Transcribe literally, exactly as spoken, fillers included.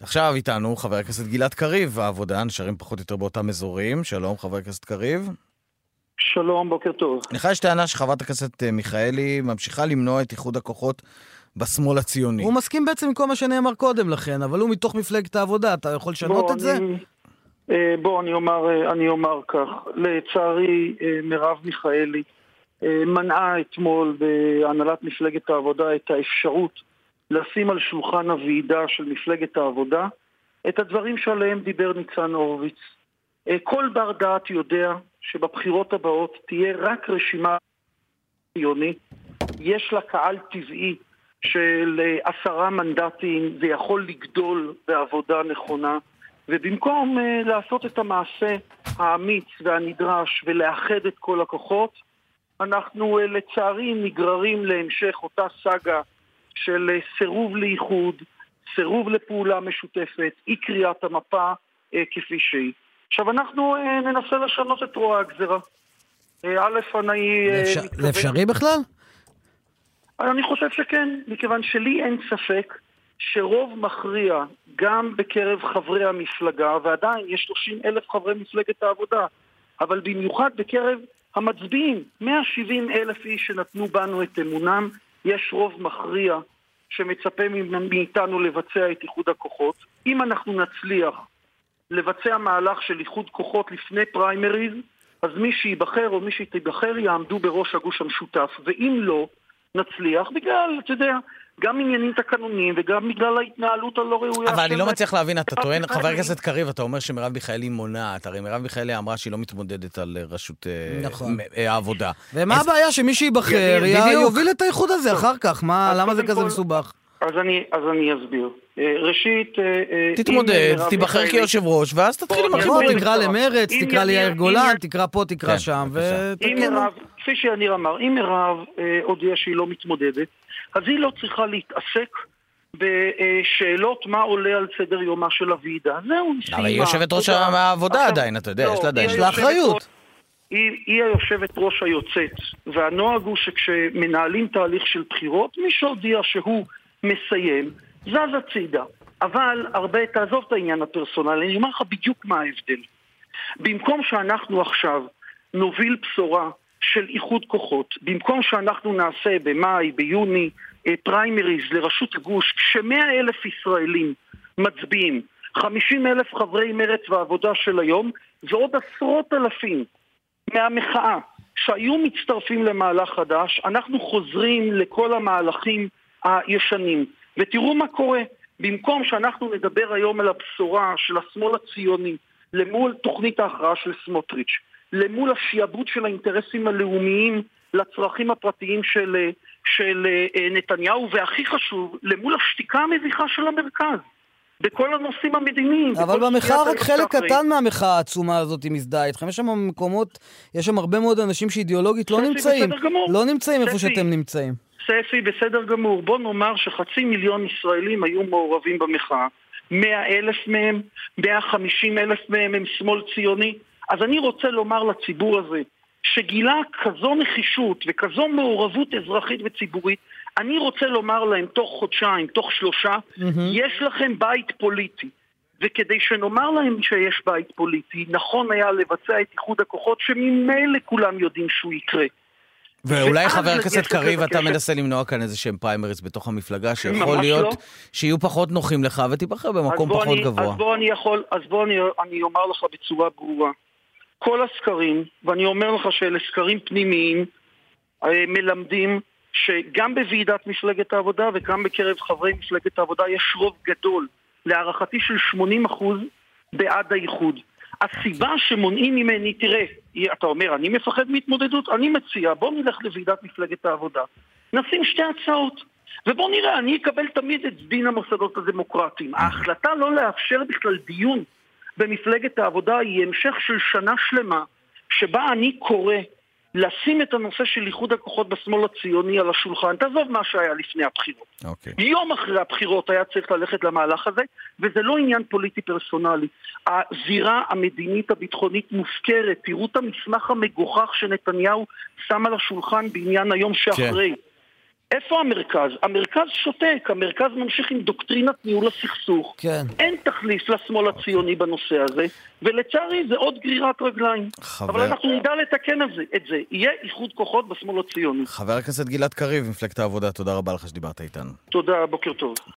עכשיו איתנו חבר הכנסת גלעד קריב, העבודה, נשארים פחות או יותר באותם אזורים. שלום, חבר הכנסת קריב. שלום, בוקר טוב. לך יש טענה שחברת הכנסת מיכאלי ממשיכה למנוע את איחוד הכוחות בשמאל הציוני. הוא מסכים בעצם עם כל מה שנאמר קודם לכן, אבל הוא מתוך מפלגת העבודה, אתה יכול לשנות את זה? בוא, אני אומר, אני אומר כך. לצערי, מרב מיכאלי מנעה אתמול בהנהלת מפלגת העבודה את האפשרות לשים על שולחן הוועידה של מפלגת העבודה את הדברים שעליהם דיבר ניצן הורוביץ. כל בר דעת יודע שבבחירות הבאות תהיה רק רשימה ציונית, יש לה קהל טבעי של עשרה מנדטים, זה יכול לגדול בעבודה נכונה, ובמקום uh, לעשות את המעשה האמיץ והנדרש ולאחד את כל הכוחות, אנחנו uh, לצערי נגררים להמשך אותה סגה של uh, סירוב לאיחוד, סירוב לפעולה משותפת, אי קריאת המפה uh, כפי שהיא. עכשיו אנחנו uh, ננסה לשנות את רוע הגזרה. Uh, א', אני... Uh, זה, אפשר, מתכוון... זה אפשרי בכלל? אני חושב שכן, מכיוון שלי אין ספק שרוב מכריע גם בקרב חברי המפלגה, ועדיין יש שלושים אלף חברי מפלגת העבודה, אבל במיוחד בקרב המצביעים, מאה שבעים אלף איש שנתנו בנו את אמונם, יש רוב מכריע שמצפה מאיתנו לבצע את איחוד הכוחות. אם אנחנו נצליח לבצע מהלך של איחוד כוחות לפני פריימריז, אז מי שיבחר או מי שתיבחר יעמדו בראש הגוש המשותף, ואם לא, נצליח בגלל, אתה יודע, גם עניינים תקנוניים וגם בגלל ההתנהלות הלא ראויה. אבל אני לא מצליח להבין, אתה טוען, חבר הכנסת קריב, אתה אומר שמרב מיכאלי מונעת, הרי מרב מיכאלי אמרה שהיא לא מתמודדת על ראשות העבודה. ומה הבעיה שמי שיבחר יוביל את האיחוד הזה אחר כך? למה זה כזה מסובך? אז אני אסביר. ראשית... תתמודד, תיבחר כיושב ראש, ואז תתחיל עם החיבור. תקרא למרץ, תקרא ליאיר גולן, תקרא פה, תקרא שם, ותקרא. כפי שאני אמר, אם מרב הודיעה שהיא לא מתמודדת, אז היא לא צריכה להתעסק בשאלות מה עולה על סדר יומה של הוועידה. זהו, אבל היא יושבת ראש העבודה עדיין, אתה יודע, יש לה עדיין. יש לה אחריות. היא היושבת ראש היוצאת, והנוהג הוא שכשמנהלים תהליך של בחירות, מי שהודיע שהוא מסיים, זז הצידה. אבל הרבה, תעזוב את העניין הפרסונלי, אני אומר לך בדיוק מה ההבדל. במקום שאנחנו עכשיו נוביל בשורה של איחוד כוחות, במקום שאנחנו נעשה במאי, ביוני, פריימריז לרשות הגוש, כשמאה אלף ישראלים מצביעים, חמישים אלף חברי מרץ והעבודה של היום, ועוד עשרות אלפים מהמחאה שהיו מצטרפים למהלך חדש, אנחנו חוזרים לכל המהלכים הישנים. ותראו מה קורה, במקום שאנחנו נדבר היום על הבשורה של השמאל הציוני, למול תוכנית ההכרעה של סמוטריץ', למול השיעבוד של האינטרסים הלאומיים לצרכים הפרטיים של, של נתניהו, והכי חשוב, למול השתיקה המביכה של המרכז, בכל הנושאים המדיניים. אבל במחאה רק חלק קטן מהמחאה העצומה הזאת מזדהה איתכם. יש שם מקומות, יש שם הרבה מאוד אנשים שאידיאולוגית לא נמצאים, לא נמצאים איפה שאתם נמצאים. ספי, בסדר גמור. בוא נאמר שחצי מיליון ישראלים היו מעורבים במחאה. מאה אלף מהם, מאה וחמישים אלף מהם הם שמאל ציוני. אז אני רוצה לומר לציבור הזה, שגילה כזו נחישות וכזו מעורבות אזרחית וציבורית, אני רוצה לומר להם תוך חודשיים, תוך שלושה, mm-hmm. יש לכם בית פוליטי. וכדי שנאמר להם שיש בית פוליטי, נכון היה לבצע את איחוד הכוחות, שממילא כולם יודעים שהוא יקרה. ואולי חבר הכנסת קריב, אתה מנסה למנוע כאן איזה שהם פריימריז בתוך המפלגה, שיכול להיות שיהיו פחות נוחים לך, ותיבחר במקום פחות גבוה. אז בוא אני יכול, אז בוא אני אומר לך בצורה ברורה. כל הסקרים, ואני אומר לך שאלה סקרים פנימיים, מלמדים שגם בוועידת מפלגת העבודה וגם בקרב חברי מפלגת העבודה יש רוב גדול, להערכתי של שמונים אחוז בעד האיחוד. הסיבה שמונעים ממני, תראה, אתה אומר, אני מפחד מהתמודדות, אני מציע, בוא נלך לוועידת מפלגת העבודה, נשים שתי הצעות, ובוא נראה, אני אקבל תמיד את דין המוסדות הדמוקרטיים. ההחלטה לא לאפשר בכלל דיון במפלגת העבודה היא המשך של שנה שלמה, שבה אני קורא לשים את הנושא של איחוד הכוחות בשמאל הציוני על השולחן. תעזוב מה שהיה לפני הבחירות. Okay. יום אחרי הבחירות היה צריך ללכת למהלך הזה, וזה לא עניין פוליטי פרסונלי. הזירה המדינית הביטחונית מופקרת. תראו את המסמך המגוחך שנתניהו שם על השולחן בעניין היום שאחרי. Okay. איפה המרכז? המרכז שותק, המרכז ממשיך עם דוקטרינת ניהול הסכסוך. כן. אין תחליף לשמאל הציוני בנושא הזה, ולצערי זה עוד גרירת רגליים. חבר... אבל אנחנו נדע לתקן את זה, את זה. יהיה איחוד כוחות בשמאל הציוני. חבר הכנסת גלעד קריב, מפלגת העבודה, תודה רבה לך שדיברת איתנו. תודה, בוקר טוב.